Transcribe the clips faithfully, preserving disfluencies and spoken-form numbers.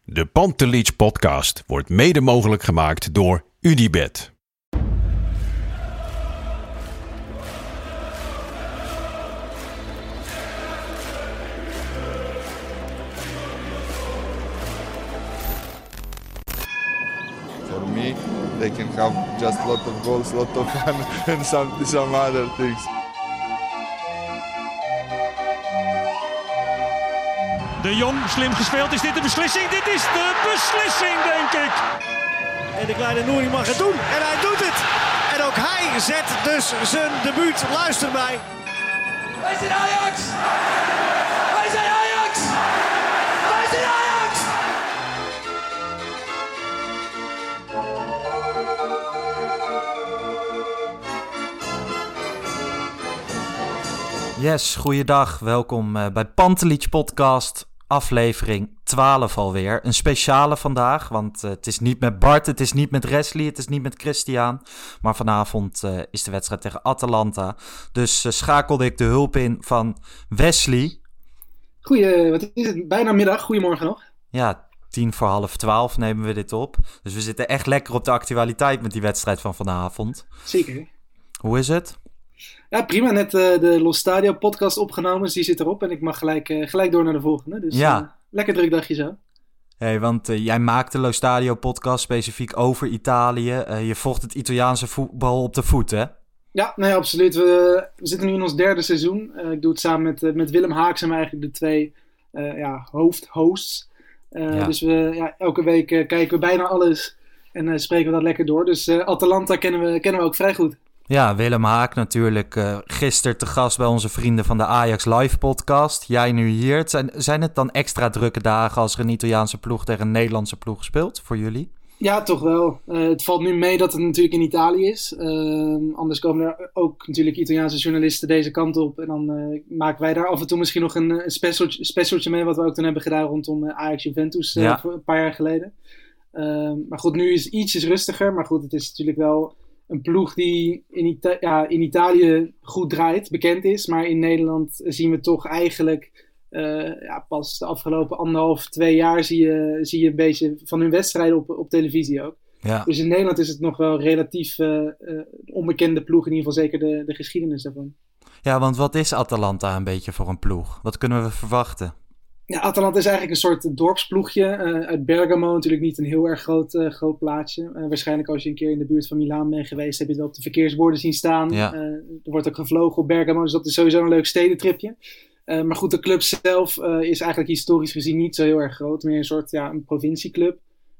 De Pantelich podcast wordt mede mogelijk gemaakt door UdiBet. For me, they can have just a lot of goals, a lot of fun and some, some other things. De Jong, slim gespeeld. Is dit de beslissing? Dit is de beslissing, denk ik. En de kleine Nouri mag het doen. En hij doet het. En ook hij zet dus zijn debuut. Luister mij. Wij zijn Ajax! Wij zijn Ajax! Wij zijn Ajax! Yes, goeiedag. Welkom uh, bij Pantelich podcast, aflevering twaalf alweer. Een speciale vandaag, want uh, het is niet met Bart, het is niet met Wesley, het is niet met Christian. Maar vanavond uh, is de wedstrijd tegen Atalanta. Dus uh, schakelde ik de hulp in van Wesley. Goeie, wat is het? Bijna middag, goedemorgen nog. Ja, tien voor half twaalf nemen we dit op. Dus we zitten echt lekker op de actualiteit met die wedstrijd van vanavond. Zeker. Hoe is het? Ja, prima. Net uh, de Los Stadio podcast opgenomen, dus die zit erop. En ik mag gelijk, uh, gelijk door naar de volgende. Dus ja. uh, lekker druk dagje zo. Hey, want uh, jij maakt de Lo Stadio podcast specifiek over Italië. Uh, je volgt het Italiaanse voetbal op de voet, hè? Ja, nee, absoluut. We, we zitten nu in ons derde seizoen. Uh, ik doe het samen met, uh, met Willem Haak, zijn we eigenlijk de twee uh, ja, hoofdhosts. Uh, Ja. Dus we, ja, elke week uh, kijken we bijna alles en uh, spreken we dat lekker door. Dus uh, Atalanta kennen we, kennen we ook vrij goed. Ja, Willem Haak natuurlijk uh, gisteren te gast bij onze vrienden van de Ajax Live podcast. Jij nu hier. Het zijn, zijn het dan extra drukke dagen als er een Italiaanse ploeg tegen een Nederlandse ploeg speelt voor jullie? Ja, toch wel. Uh, het valt nu mee dat het natuurlijk in Italië is. Uh, anders komen er ook natuurlijk Italiaanse journalisten deze kant op. En dan uh, maken wij daar af en toe misschien nog een, een specialtje, specialtje mee. Wat we ook toen hebben gedaan rondom uh, Ajax Juventus uh, Ja. voor een paar jaar geleden. Uh, maar goed, nu is het ietsjes rustiger. Maar goed, het is natuurlijk wel een ploeg die in, Ita- ja, in Italië goed draait, bekend is. Maar in Nederland zien we toch eigenlijk Uh, ja, pas de afgelopen anderhalf, twee jaar zie je, zie je een beetje van hun wedstrijden op, op televisie ook. Ja. Dus in Nederland is het nog wel relatief uh, uh, onbekende ploeg, in ieder geval zeker de, de geschiedenis daarvan. Ja, want wat is Atalanta een beetje voor een ploeg? Wat kunnen we verwachten? Ja, Atalanta is eigenlijk een soort dorpsploegje uh, uit Bergamo, natuurlijk niet een heel erg groot, uh, groot plaatsje. Uh, waarschijnlijk als je een keer in de buurt van Milaan bent geweest, heb je het wel op de verkeersborden zien staan. Ja. Uh, er wordt ook gevlogen op Bergamo, dus dat is sowieso een leuk stedentripje. Uh, maar goed, de club zelf uh, is eigenlijk historisch gezien niet zo heel erg groot. Meer een soort ja, een provincieclub.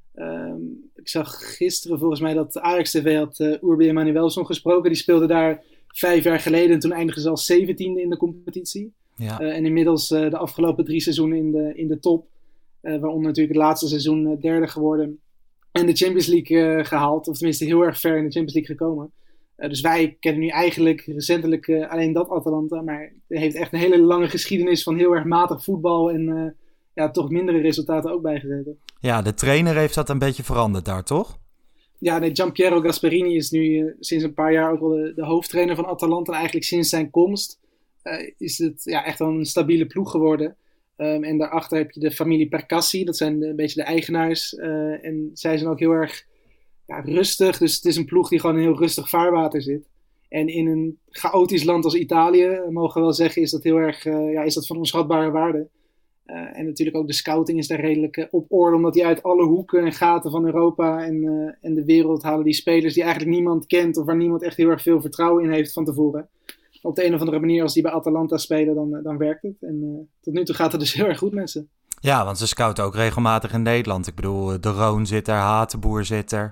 Um, ik zag gisteren volgens mij dat Ajax T V had uh, Urbi Emanuelson gesproken. Die speelde daar vijf jaar geleden en toen eindigden ze als zeventiende in de competitie. Ja. Uh, en inmiddels uh, de afgelopen drie seizoenen in de, in de top. Uh, waaronder natuurlijk het laatste seizoen uh, derde geworden. En de Champions League uh, gehaald. Of tenminste heel erg ver in de Champions League gekomen. Uh, dus wij kennen nu eigenlijk recentelijk uh, alleen dat Atalanta. Maar het heeft echt een hele lange geschiedenis van heel erg matig voetbal. En uh, ja, toch mindere resultaten ook bijgezeten. Ja, de trainer heeft dat een beetje veranderd daar, toch? Ja, nee, Gianpiero Gasperini is nu uh, sinds een paar jaar ook wel de, de hoofdtrainer van Atalanta. En eigenlijk sinds zijn komst uh, is het ja, echt wel een stabiele ploeg geworden. Um, en daarachter heb je de familie Percassi. Dat zijn de, een beetje de eigenaars. Uh, en zij zijn ook heel erg ja, rustig. Dus het is een ploeg die gewoon in heel rustig vaarwater zit. En in een chaotisch land als Italië, mogen we wel zeggen, is dat heel erg uh, ja, is dat van onschatbare waarde. Uh, en natuurlijk ook de scouting is daar redelijk uh, op orde, omdat die uit alle hoeken en gaten van Europa en, uh, en de wereld halen die spelers die eigenlijk niemand kent of waar niemand echt heel erg veel vertrouwen in heeft van tevoren. Op de een of andere manier, als die bij Atalanta spelen, dan, uh, dan werkt het. En uh, tot nu toe gaat het dus heel erg goed met ze. Ja, want ze scouten ook regelmatig in Nederland. Ik bedoel, De Roon zit er, Hatenboer zit er.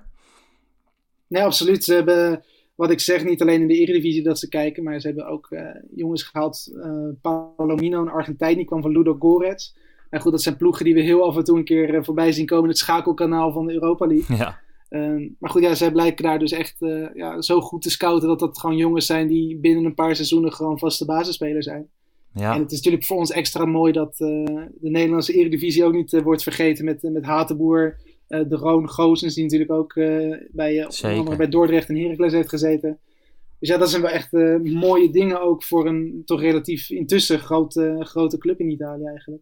Nee, absoluut. Ze hebben, wat ik zeg, niet alleen in de Eredivisie dat ze kijken, maar ze hebben ook uh, jongens gehaald. Uh, Palomino, een Argentijn, die kwam van Ludo Goretz. Nou goed, dat zijn ploegen die we heel af en toe een keer uh, voorbij zien komen in het schakelkanaal van de Europa League. Ja. Um, maar goed, ja, zij blijken daar dus echt uh, ja, zo goed te scouten dat dat gewoon jongens zijn die binnen een paar seizoenen gewoon vaste basisspeler zijn. Ja. En het is natuurlijk voor ons extra mooi dat uh, de Nederlandse Eredivisie ook niet uh, wordt vergeten met, uh, met Hatenboer, uh, De Roon, Goossens, die natuurlijk ook uh, bij, uh, onder andere bij Dordrecht en Heracles heeft gezeten. Dus ja, dat zijn wel echt uh, mooie dingen ook voor een toch relatief intussen grote, grote club in Italië eigenlijk.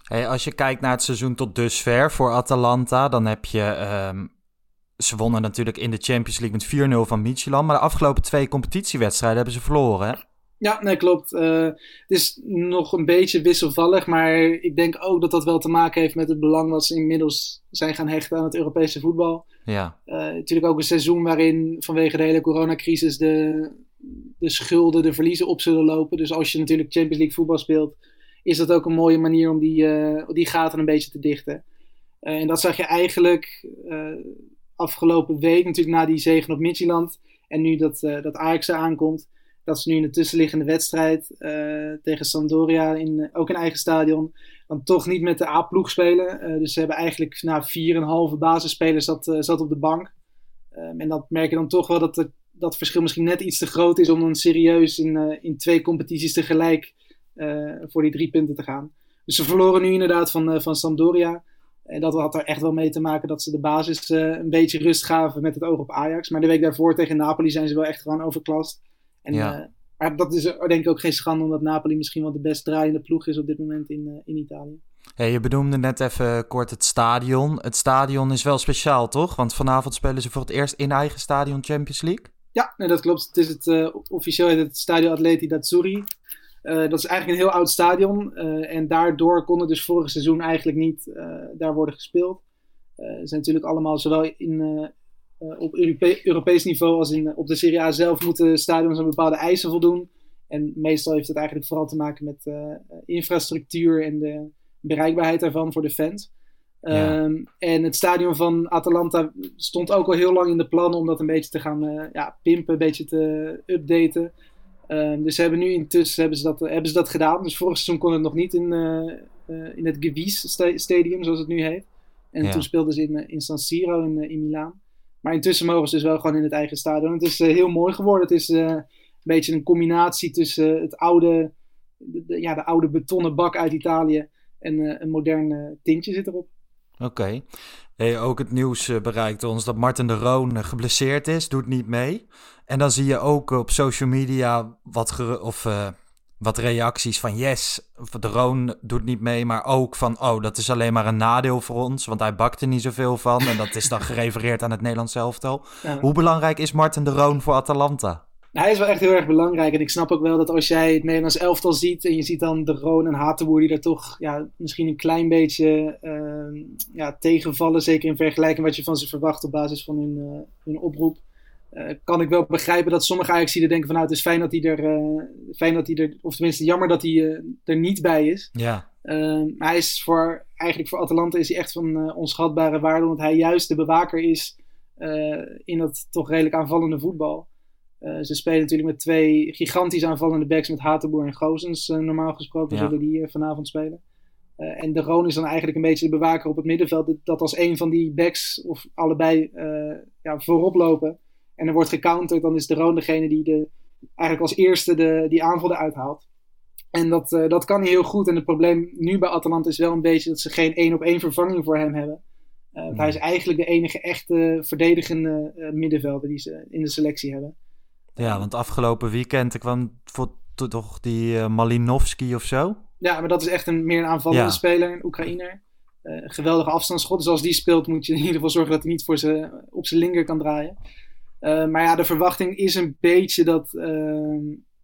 Hey, als je kijkt naar het seizoen tot dusver voor Atalanta, dan heb je... Um, ze wonnen natuurlijk in de Champions League met vier nul van Midtjylland, maar de afgelopen twee competitiewedstrijden hebben ze verloren, hè? Ja, nee, klopt. Uh, het is nog een beetje wisselvallig, maar ik denk ook dat dat wel te maken heeft met het belang wat ze inmiddels zijn gaan hechten aan het Europese voetbal. Ja. Uh, natuurlijk ook een seizoen waarin vanwege de hele coronacrisis de, de schulden, de verliezen op zullen lopen. Dus als je natuurlijk Champions League voetbal speelt, is dat ook een mooie manier om die, uh, die gaten een beetje te dichten. Uh, en dat zag je eigenlijk uh, afgelopen week natuurlijk na die zege op Midtjylland. En nu dat, uh, dat Ajax er aankomt, dat ze nu in de tussenliggende wedstrijd uh, tegen Sampdoria, in, ook in eigen stadion, dan toch niet met de A-ploeg spelen. Uh, dus ze hebben eigenlijk nou, vier en een halve basisspelers zat, uh, zat op de bank. Um, en dat merk je dan toch wel dat de, dat verschil misschien net iets te groot is om dan serieus in, uh, in twee competities tegelijk uh, voor die drie punten te gaan. Dus ze verloren nu inderdaad van, uh, van Sampdoria. En dat had er echt wel mee te maken dat ze de basis uh, een beetje rust gaven met het oog op Ajax. Maar de week daarvoor tegen Napoli zijn ze wel echt gewoon overklast. En, ja. uh, maar dat is denk ik ook geen schande, omdat Napoli misschien wel de best draaiende ploeg is op dit moment in, uh, in Italië. Hey, je benoemde net even kort het stadion. Het stadion is wel speciaal, toch? Want vanavond spelen ze voor het eerst in eigen stadion Champions League. Ja, nee, dat klopt. Het is het, uh, officieel heet het Stadio Atleti d'Azzurri. Uh, dat is eigenlijk een heel oud stadion. Uh, en daardoor kon het dus vorig seizoen eigenlijk niet uh, daar worden gespeeld. Uh, ze zijn natuurlijk allemaal zowel in... Uh, Uh, op Europe- Europees niveau als in, uh, op de Serie A zelf moeten stadions aan bepaalde eisen voldoen. En meestal heeft het eigenlijk vooral te maken met uh, infrastructuur en de bereikbaarheid daarvan voor de fans. Ja. Um, en het stadion van Atalanta stond ook al heel lang in de plannen om dat een beetje te gaan uh, ja, pimpen, een beetje te updaten. Um, dus ze hebben nu intussen hebben ze, dat, uh, hebben ze dat gedaan. Dus vorig seizoen kon het nog niet in, uh, uh, in het Gewiss sta- Stadium, zoals het nu heet. En Ja. toen speelden ze in, uh, in San Siro in, uh, in Milaan. Maar intussen mogen ze dus wel gewoon in het eigen stadion. Het is uh, heel mooi geworden. Het is uh, een beetje een combinatie tussen uh, het oude, de, de, ja, de oude betonnen bak uit Italië en uh, een modern uh, tintje zit erop. Oké. Okay. Hey, ook het nieuws uh, bereikt ons dat Marten de Roon uh, geblesseerd is, doet niet mee. En dan zie je ook op social media wat, ger- of, uh, wat reacties van yes, de Roon doet niet mee, maar ook van oh, dat is alleen maar een nadeel voor ons, want hij bakt er niet zoveel van. En dat is dan gerefereerd aan het Nederlands elftal. Ja. Hoe belangrijk is Marten de Roon voor Atalanta? Nou, hij is wel echt heel erg belangrijk. En ik snap ook wel dat als jij het Nederlands elftal ziet en je ziet dan de Roon en Hatenboer die daar toch ja, misschien een klein beetje uh, ja, tegenvallen, zeker in vergelijking wat je van ze verwacht op basis van hun, uh, hun oproep. Uh, kan ik wel begrijpen dat sommige Ajaxiden denken van nou, het is fijn dat hij er, uh, fijn dat hij er of tenminste jammer dat hij uh, er niet bij is. Ja. Uh, maar hij is voor, eigenlijk voor Atalanta is hij echt van uh, onschatbare waarde, omdat hij juist de bewaker is uh, in dat toch redelijk aanvallende voetbal. Uh, ze spelen natuurlijk met twee gigantisch aanvallende backs met Hatenboer en Gozens. Uh, normaal gesproken Ja. zullen die uh, vanavond spelen. Uh, en de Roon is dan eigenlijk een beetje de bewaker op het middenveld. Dat, dat als een van die backs of allebei uh, ja, voorop lopen en er wordt gecounterd, dan is de Roon degene die de, eigenlijk als eerste de, die aanval eruit haalt. En dat, uh, dat kan hij heel goed. En het probleem nu bij Atalanta is wel een beetje dat ze geen één op één vervanging voor hem hebben. Uh, Hmm. Hij is eigenlijk de enige echte verdedigende uh, middenvelder die ze in de selectie hebben. Ja, want afgelopen weekend kwam voor, toch die uh, Malinovski of zo? Ja, maar dat is echt een meer een aanvallende Ja. speler, een Oekraïner. Uh, geweldige afstandsschot. Dus als die speelt moet je in ieder geval zorgen dat hij niet voor ze, op zijn linker kan draaien. Uh, maar ja, de verwachting is een beetje dat uh,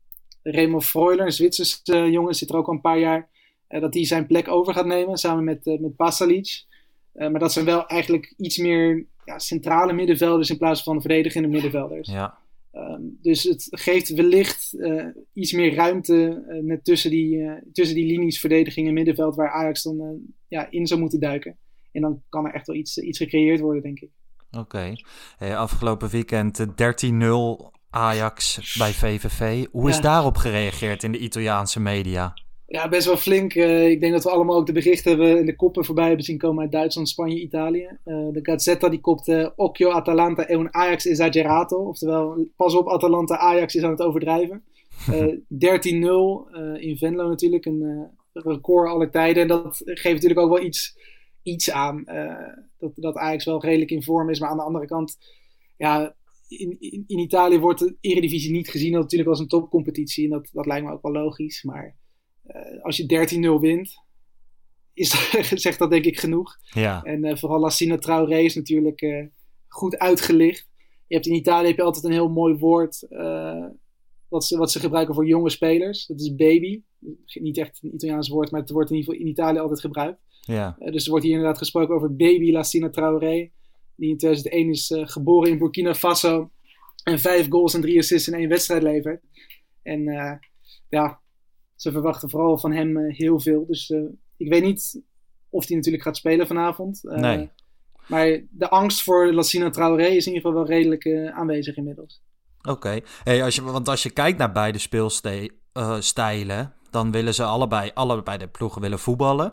Remo Freuler, een Zwitserse uh, jongen, zit er ook al een paar jaar, uh, dat hij zijn plek over gaat nemen samen met, uh, met Pasalic. Uh, maar dat zijn wel eigenlijk iets meer ja, centrale middenvelders in plaats van verdedigende middenvelders. Ja. Um, dus het geeft wellicht uh, iets meer ruimte uh, net tussen die, uh, tussen die linies verdediging en middenveld waar Ajax dan uh, ja, in zou moeten duiken. En dan kan er echt wel iets, iets gecreëerd worden, denk ik. Oké. Okay. Hey, afgelopen weekend uh, dertien nul Ajax bij V V V. Hoe is Ja. daarop gereageerd in de Italiaanse media? Ja, best wel flink. Uh, ik denk dat we allemaal ook de berichten hebben en de koppen voorbij hebben zien komen uit Duitsland, Spanje, Italië. Uh, de Gazzetta die kopt uh, Occhio Atalanta è un Ajax esagerato. Oftewel, pas op Atalanta, Ajax is aan het overdrijven. Uh, dertien nul uh, in Venlo natuurlijk, een uh, record aller tijden. En dat geeft natuurlijk ook wel iets, iets aan. Uh, dat, dat Ajax wel redelijk in vorm is. Maar aan de andere kant, ja, in, in, in Italië wordt de Eredivisie niet gezien natuurlijk als een topcompetitie. En dat, dat lijkt me ook wel logisch, maar... Uh, als je dertien nul wint, is, zegt dat denk ik genoeg. Ja. En uh, vooral Lassina Traoré is natuurlijk uh, goed uitgelicht. Je hebt in Italië heb je altijd een heel mooi woord uh, wat, ze, wat ze gebruiken voor jonge spelers. Dat is baby. Niet echt een Italiaans woord, maar het wordt in ieder geval in Italië altijd gebruikt. Ja. Uh, dus er wordt hier inderdaad gesproken over baby Lassina Traoré. Die in tweeduizend één is uh, geboren in Burkina Faso. En vijf goals en drie assists in één wedstrijd levert. En uh, ja, ze verwachten vooral van hem uh, heel veel. Dus uh, ik weet niet of hij natuurlijk gaat spelen vanavond. Uh, nee. Maar de angst voor Lassina Traoré is in ieder geval wel redelijk uh, aanwezig inmiddels. Oké, okay. hey, als je, want als je kijkt naar beide speelstijlen, uh, dan willen ze allebei, allebei de ploegen willen voetballen.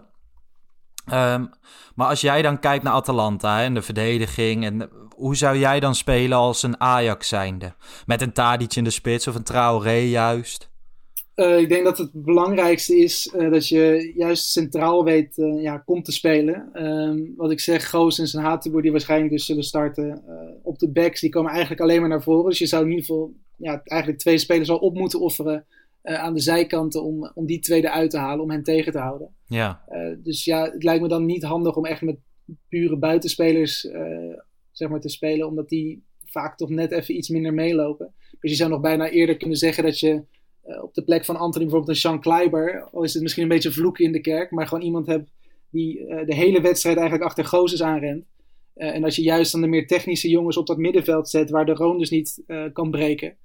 Um, maar als jij dan kijkt naar Atalanta hè, en de verdediging, en hoe zou jij dan spelen als een Ajax zijnde? Met een Tadic in de spits of een Traoré juist? Uh, ik denk dat het belangrijkste is uh, dat je juist centraal weet uh, ja, komt te spelen. Um, wat ik zeg, Gozens en Hateboer die waarschijnlijk dus zullen starten uh, op de backs, die komen eigenlijk alleen maar naar voren. Dus je zou in ieder geval ja, eigenlijk twee spelers al op moeten offeren uh, aan de zijkanten om, om die twee eruit te halen, om hen tegen te houden. Ja. Uh, dus ja, het lijkt me dan niet handig om echt met pure buitenspelers uh, zeg maar te spelen, omdat die vaak toch net even iets minder meelopen. Dus je zou nog bijna eerder kunnen zeggen dat je Uh, op de plek van Antony bijvoorbeeld een Sean Kleiber, al is het misschien een beetje vloeken in de kerk, maar gewoon iemand hebt die uh, de hele wedstrijd eigenlijk achter Gozes aanrent. Uh, en als je juist dan de meer technische jongens op dat middenveld zet, waar de Roon dus niet uh, kan breken.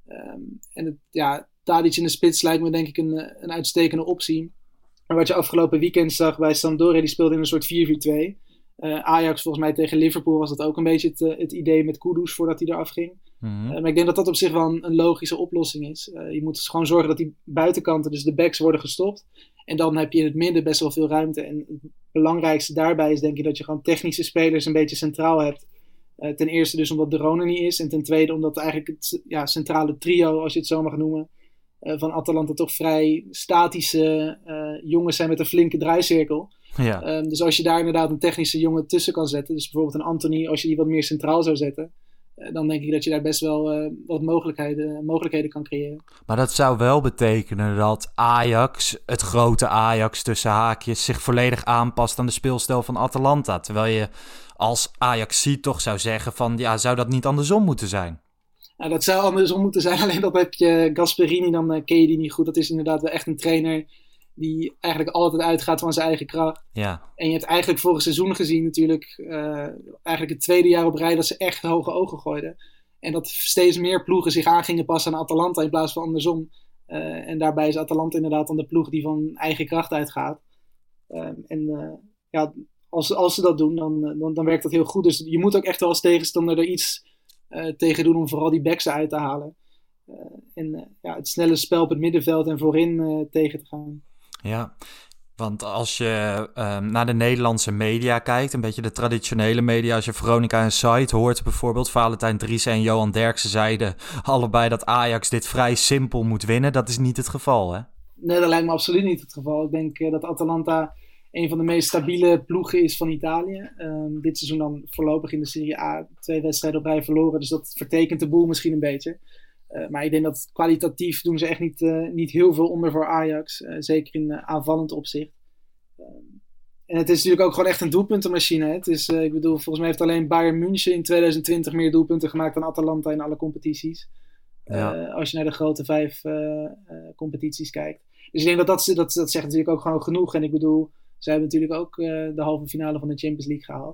Um, en het, ja, Tadic in de spits lijkt me denk ik een, een uitstekende optie. En wat je afgelopen weekend zag bij Sampdoria, die speelde in een soort vier vier twee. Uh, Ajax volgens mij tegen Liverpool was dat ook een beetje het, uh, het idee met Kudus voordat hij eraf ging. Mm-hmm. Uh, maar ik denk dat dat op zich wel een, een logische oplossing is. Uh, je moet dus gewoon zorgen dat die buitenkanten, dus de backs, worden gestopt. En dan heb je in het midden best wel veel ruimte. En het belangrijkste daarbij is denk ik dat je gewoon technische spelers een beetje centraal hebt. Uh, ten eerste dus omdat de Rone niet is. En ten tweede omdat eigenlijk het ja, centrale trio, als je het zo mag noemen, uh, van Atalanta toch vrij statische uh, jongens zijn met een flinke draaicirkel. Ja. Um, dus als je daar inderdaad een technische jongen tussen kan zetten, dus bijvoorbeeld een Antony, als je die wat meer centraal zou zetten, uh, dan denk ik dat je daar best wel uh, wat mogelijkheden, mogelijkheden kan creëren. Maar dat zou wel betekenen dat Ajax, het grote Ajax tussen haakjes, zich volledig aanpast aan de speelstijl van Atalanta. Terwijl je als Ajaxie toch zou zeggen van, ja, zou dat niet andersom moeten zijn? Nou, dat zou andersom moeten zijn, alleen dat heb je Gasperini, dan uh, ken je die niet goed. Dat is inderdaad wel echt een trainer die eigenlijk altijd uitgaat van zijn eigen kracht. Ja. En je hebt eigenlijk vorig seizoen gezien natuurlijk, uh, eigenlijk het tweede jaar op rij dat ze echt hoge ogen gooiden. En dat steeds meer ploegen zich aan gingen passen aan Atalanta in plaats van andersom. Uh, en daarbij is Atalanta inderdaad dan de ploeg die van eigen kracht uitgaat. Uh, en uh, ja, als, als ze dat doen, dan, dan, dan werkt dat heel goed. Dus je moet ook echt wel als tegenstander er iets uh, tegen doen om vooral die backs uit te halen. Uh, en uh, ja, het snelle spel op het middenveld en voorin uh, tegen te gaan. Ja, want als je um, naar de Nederlandse media kijkt, een beetje de traditionele media, als je Veronica en Site hoort bijvoorbeeld, Valentijn Driessen en Johan Derksen zeiden allebei dat Ajax dit vrij simpel moet winnen. Dat is niet het geval, hè? Nee, dat lijkt me absoluut niet het geval. Ik denk uh, dat Atalanta een van de meest stabiele ploegen is van Italië. Um, dit seizoen dan voorlopig in de Serie A twee wedstrijden op rij verloren, dus dat vertekent de boel misschien een beetje. Uh, maar ik denk dat kwalitatief doen ze echt niet, uh, niet heel veel onder voor Ajax. Uh, zeker in uh, aanvallend opzicht. Uh, en het is natuurlijk ook gewoon echt een doelpuntenmachine. Hè? Het is, uh, ik bedoel, volgens mij heeft alleen Bayern München in tweeduizend twintig meer doelpunten gemaakt dan Atalanta in alle competities. Ja. Uh, als je naar de grote vijf uh, uh, competities kijkt. Dus ik denk dat dat, dat dat zegt natuurlijk ook gewoon genoeg. En ik bedoel, zij hebben natuurlijk ook uh, de halve finale van de Champions League gehaald.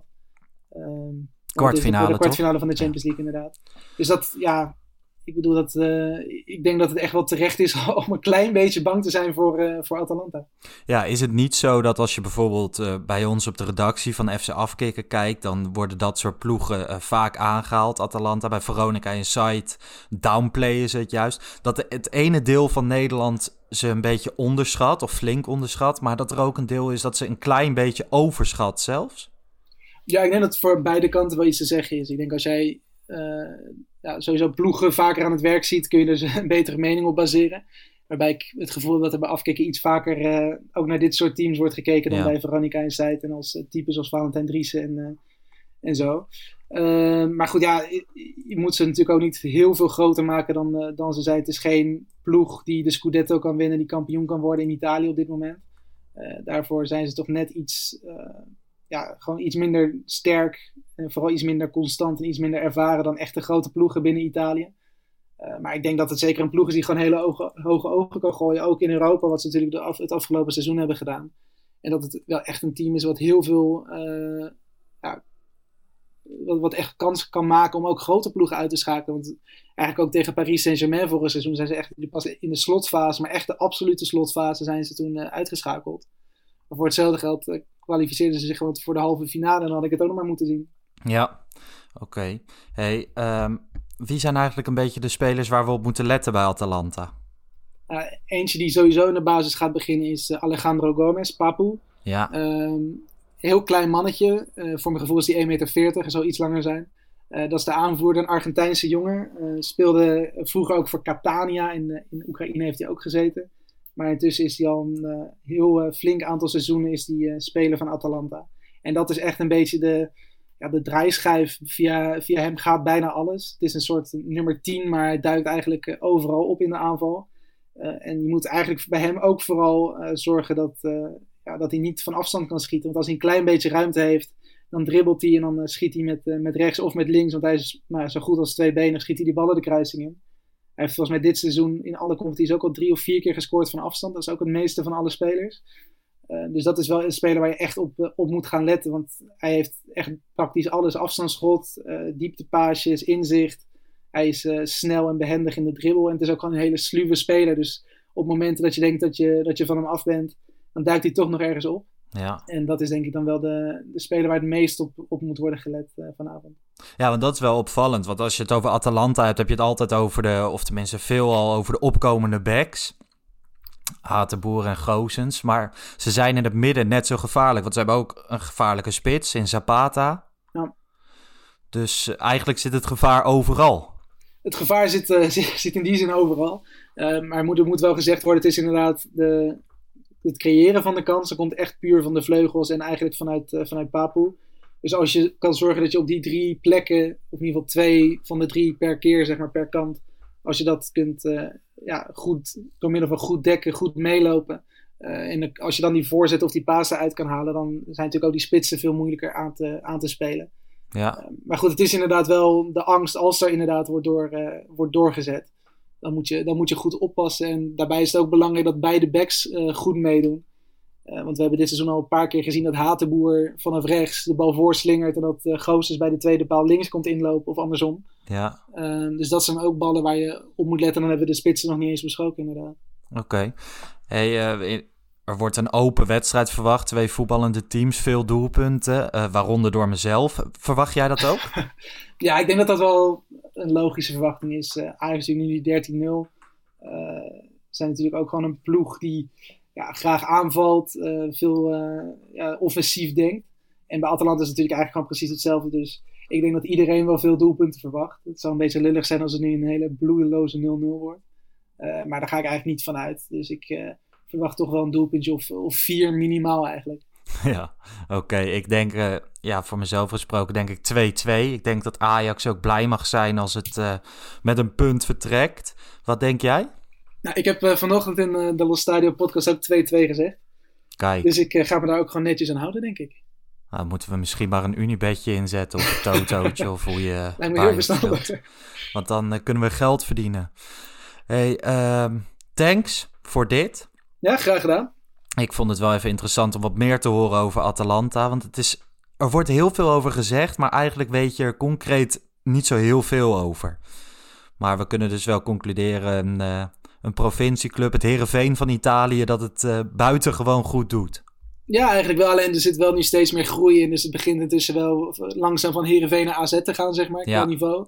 Um, kwartfinale, de kwartfinale van de Champions League, inderdaad. Dus dat, ja... Ik bedoel, dat, uh, ik denk dat het echt wel terecht is om een klein beetje bang te zijn voor, uh, voor Atalanta. Ja, is het niet zo dat als je bijvoorbeeld uh, bij ons op de redactie van F C Afkikken kijkt, dan worden dat soort ploegen uh, vaak aangehaald. Atalanta, bij Veronica Insight downplayen ze het juist. Dat de, het ene deel van Nederland ze een beetje onderschat, of flink onderschat, maar dat er ook een deel is dat ze een klein beetje overschat zelfs? Ja, ik denk dat voor beide kanten wel iets te zeggen is. Ik denk als jij uh, ja, sowieso ploegen vaker aan het werk ziet, kun je er een betere mening op baseren. Waarbij ik het gevoel heb dat er bij Afkikken iets vaker uh, ook naar dit soort teams wordt gekeken dan ja. bij Veronica Insight en als uh, types als Valentijn Driessen en, uh, en zo. Uh, maar goed, ja, je, je moet ze natuurlijk ook niet heel veel groter maken dan, uh, dan ze zijn. Het is geen ploeg die de Scudetto kan winnen, die kampioen kan worden in Italië op dit moment. Uh, daarvoor zijn ze toch net iets, uh, ja, gewoon iets minder sterk. En vooral iets minder constant en iets minder ervaren dan echte grote ploegen binnen Italië. Uh, maar ik denk dat het zeker een ploeg is die gewoon hele ogen, hoge ogen kan gooien. Ook in Europa, wat ze natuurlijk de af, het afgelopen seizoen hebben gedaan. En dat het wel echt een team is wat heel veel... Uh, ja, wat, wat echt kans kan maken om ook grote ploegen uit te schakelen. Want eigenlijk ook tegen Paris Saint-Germain vorig seizoen zijn ze echt pas in de slotfase, maar echt de absolute slotfase zijn ze toen uh, uitgeschakeld. Maar voor hetzelfde geld uh, kwalificeerden ze zich gewoon voor de halve finale en dan had ik het ook nog maar moeten zien. Ja, oké. Okay. Hey, um, wie zijn eigenlijk een beetje de spelers waar we op moeten letten bij Atalanta? Uh, eentje die sowieso in de basis gaat beginnen is uh, Alejandro Gomez, Papu. Ja. Um, heel klein mannetje. Uh, voor mijn gevoel is die één meter veertig en zal iets langer zijn. Uh, dat is de aanvoerder, een Argentijnse jongen. Uh, speelde vroeger ook voor Catania. In, uh, in Oekraïne heeft hij ook gezeten. Maar intussen is hij al een uh, heel uh, flink aantal seizoenen is die, uh, speler van Atalanta. En dat is echt een beetje de, ja, de draaischijf. Via, via hem gaat bijna alles. Het is een soort nummer tien, maar hij duikt eigenlijk uh, overal op in de aanval. Uh, en je moet eigenlijk bij hem ook vooral uh, zorgen dat, uh, ja, dat hij niet van afstand kan schieten. Want als hij een klein beetje ruimte heeft, dan dribbelt hij en dan uh, schiet hij met, uh, met rechts of met links. Want hij is nou, zo goed als twee benen, schiet hij die ballen de kruising in. Hij heeft volgens mij dit seizoen in alle competities ook al drie of vier keer gescoord van afstand. Dat is ook het meeste van alle spelers. Uh, dus dat is wel een speler waar je echt op, uh, op moet gaan letten. Want hij heeft echt praktisch alles. Afstandsschot, uh, dieptepaasjes, inzicht. Hij is uh, snel en behendig in de dribbel. En het is ook gewoon een hele sluwe speler. Dus op momenten dat je denkt dat je, dat je van hem af bent, dan duikt hij toch nog ergens op. Ja. En dat is denk ik dan wel de, de speler waar het meest op, op moet worden gelet uh, vanavond. Ja, want dat is wel opvallend. Want als je het over Atalanta hebt, heb je het altijd over de, of tenminste veelal over de opkomende backs. Hatenboer en Goossens. Maar ze zijn in het midden net zo gevaarlijk. Want ze hebben ook een gevaarlijke spits in Zapata. Ja. Dus uh, eigenlijk zit het gevaar overal. Het gevaar zit, uh, zit in die zin overal. Uh, maar er moet, er moet wel gezegd worden, het is inderdaad de, het creëren van de kans. Dat komt echt puur van de vleugels en eigenlijk vanuit, uh, vanuit Papu. Dus als je kan zorgen dat je op die drie plekken, of in ieder geval twee van de drie per keer, zeg maar per kant, als je dat kunt uh, ja, goed, door middel van goed dekken, goed meelopen. Uh, en als je dan die voorzet of die paas eruit kan halen, dan zijn natuurlijk ook die spitsen veel moeilijker aan te, aan te spelen. Ja. Uh, maar goed, het is inderdaad wel de angst als er inderdaad wordt, door, uh, wordt doorgezet. Dan moet, je, dan moet je goed oppassen. En daarbij is het ook belangrijk dat beide backs uh, goed meedoen. Uh, want we hebben dit seizoen al een paar keer gezien dat Hatenboer vanaf rechts de bal voorslingert en dat uh, Goossens bij de tweede paal links komt inlopen of andersom. Ja. Uh, dus dat zijn ook ballen waar je op moet letten. En dan hebben we de spitsen nog niet eens besproken inderdaad. Oké. Okay. Hey, uh, er wordt een open wedstrijd verwacht. Twee voetballende teams, veel doelpunten. Uh, waaronder door mezelf. Verwacht jij dat ook? Ja, ik denk dat dat wel een logische verwachting is. Uh, Ajax nu dertien nul. Uh, zijn natuurlijk ook gewoon een ploeg die ja, graag aanvalt. Uh, veel uh, ja, offensief denkt. En bij Atalanta is het natuurlijk eigenlijk gewoon precies hetzelfde. Dus ik denk dat iedereen wel veel doelpunten verwacht. Het zou een beetje lullig zijn als het nu een hele bloedeloze nul nul wordt. Uh, maar daar ga ik eigenlijk niet van uit. Dus ik uh, verwacht toch wel een doelpuntje of, of vier minimaal eigenlijk. Ja, oké. Okay. Ik denk, uh, ja, voor mezelf gesproken denk ik twee twee. Ik denk dat Ajax ook blij mag zijn als het uh, met een punt vertrekt. Wat denk jij? Nou, ik heb uh, vanochtend in uh, de Los Stadio podcast ook twee twee gezegd. Kijk. Dus ik uh, ga me daar ook gewoon netjes aan houden, denk ik. Nou, moeten we misschien maar een Unibetje inzetten of een totootje of hoe je... Lijkt me heel verstandig. Want dan uh, kunnen we geld verdienen. Hey, uh, thanks voor dit. Ja, graag gedaan. Ik vond het wel even interessant om wat meer te horen over Atalanta. Want het is, er wordt heel veel over gezegd, maar eigenlijk weet je er concreet niet zo heel veel over. Maar we kunnen dus wel concluderen, een, uh, een provincieclub, het Heerenveen van Italië, dat het uh, buitengewoon goed doet. Ja, eigenlijk wel. Alleen er zit wel nu steeds meer groei in. Dus het begint intussen wel langzaam van Heerenveen naar A Z te gaan, zeg maar, qua ja. niveau.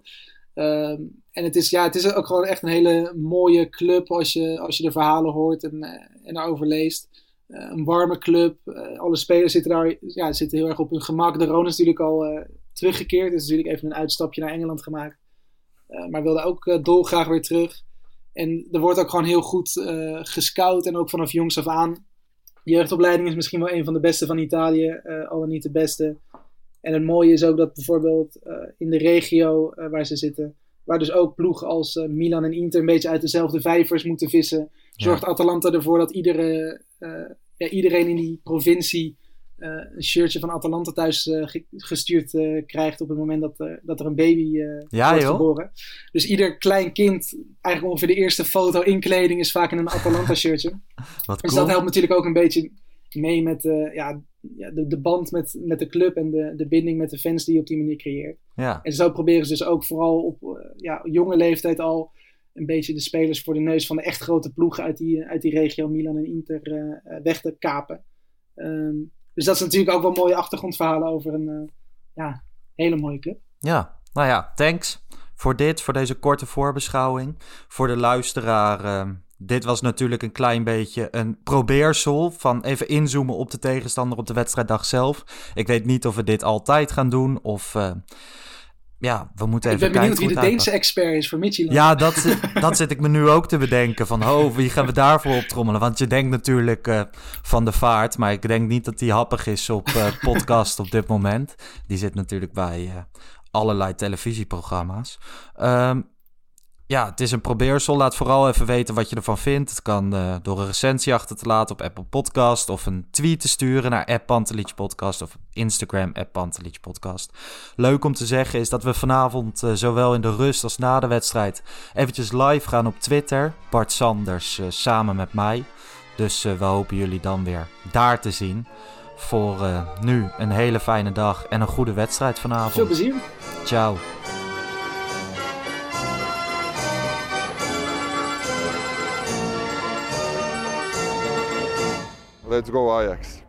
Um, en het is, ja, het is ook gewoon echt een hele mooie club als je, als je de verhalen hoort en, uh, en daarover leest. Uh, een warme club. Uh, alle spelers zitten daar ja, zitten heel erg op hun gemak. De Ron is natuurlijk al uh, teruggekeerd. Is natuurlijk even een uitstapje naar Engeland gemaakt. Uh, maar wilde ook uh, dolgraag weer terug. En er wordt ook gewoon heel goed uh, gescout. En ook vanaf jongs af aan. De jeugdopleiding is misschien wel een van de beste van Italië. Uh, al dan niet de beste. En het mooie is ook dat bijvoorbeeld uh, in de regio uh, waar ze zitten, waar dus ook ploegen als uh, Milan en Inter een beetje uit dezelfde vijvers moeten vissen, zorgt ja. Atalanta ervoor dat iedere, uh, ja, iedereen in die provincie uh, een shirtje van Atalanta thuis uh, ge- gestuurd uh, krijgt op het moment dat, uh, dat er een baby uh, ja, wordt joh. geboren. Dus ieder klein kind, eigenlijk ongeveer de eerste foto in kleding is vaak in een Atalanta shirtje. Wat Dus cool. dat helpt natuurlijk ook een beetje mee met uh, ja, ja, de, de band met, met de club en de, de binding met de fans die je op die manier creëert. Ja. En zo proberen ze dus ook vooral op uh, ja, jonge leeftijd al een beetje de spelers voor de neus van de echt grote ploegen uit die, uit die regio, Milan en Inter, uh, weg te kapen. Um, dus dat is natuurlijk ook wel mooie achtergrondverhalen over een uh, ja, hele mooie club. Ja, nou ja, thanks voor dit, voor deze korte voorbeschouwing. Voor de luisteraar, uh, dit was natuurlijk een klein beetje een probeersel van even inzoomen op de tegenstander op de wedstrijddag zelf. Ik weet niet of we dit altijd gaan doen of... Uh, Ja, we moeten even kijken. Ik ben benieuwd kijken wie de Deense expert is voor Midtjylland. Ja, dat, zit, dat zit ik me nu ook te bedenken. Van, oh, wie gaan we daarvoor optrommelen? Want je denkt natuurlijk uh, Van de Vaart. Maar ik denk niet dat die happig is op uh, podcast op dit moment. Die zit natuurlijk bij uh, allerlei televisieprogramma's. Um, ja, het is een probeersel. Laat vooral even weten wat je ervan vindt. Het kan uh, door een recensie achter te laten op Apple Podcast. Of een tweet te sturen naar at Pantelic Podcast. Of Instagram at Pantelic Podcast. Leuk om te zeggen is dat we vanavond uh, zowel in de rust als na de wedstrijd eventjes live gaan op Twitter. Bart Sanders uh, samen met mij. Dus uh, we hopen jullie dan weer daar te zien. Voor uh, nu een hele fijne dag en een goede wedstrijd vanavond. Veel plezier. Ciao. Let's go Ajax.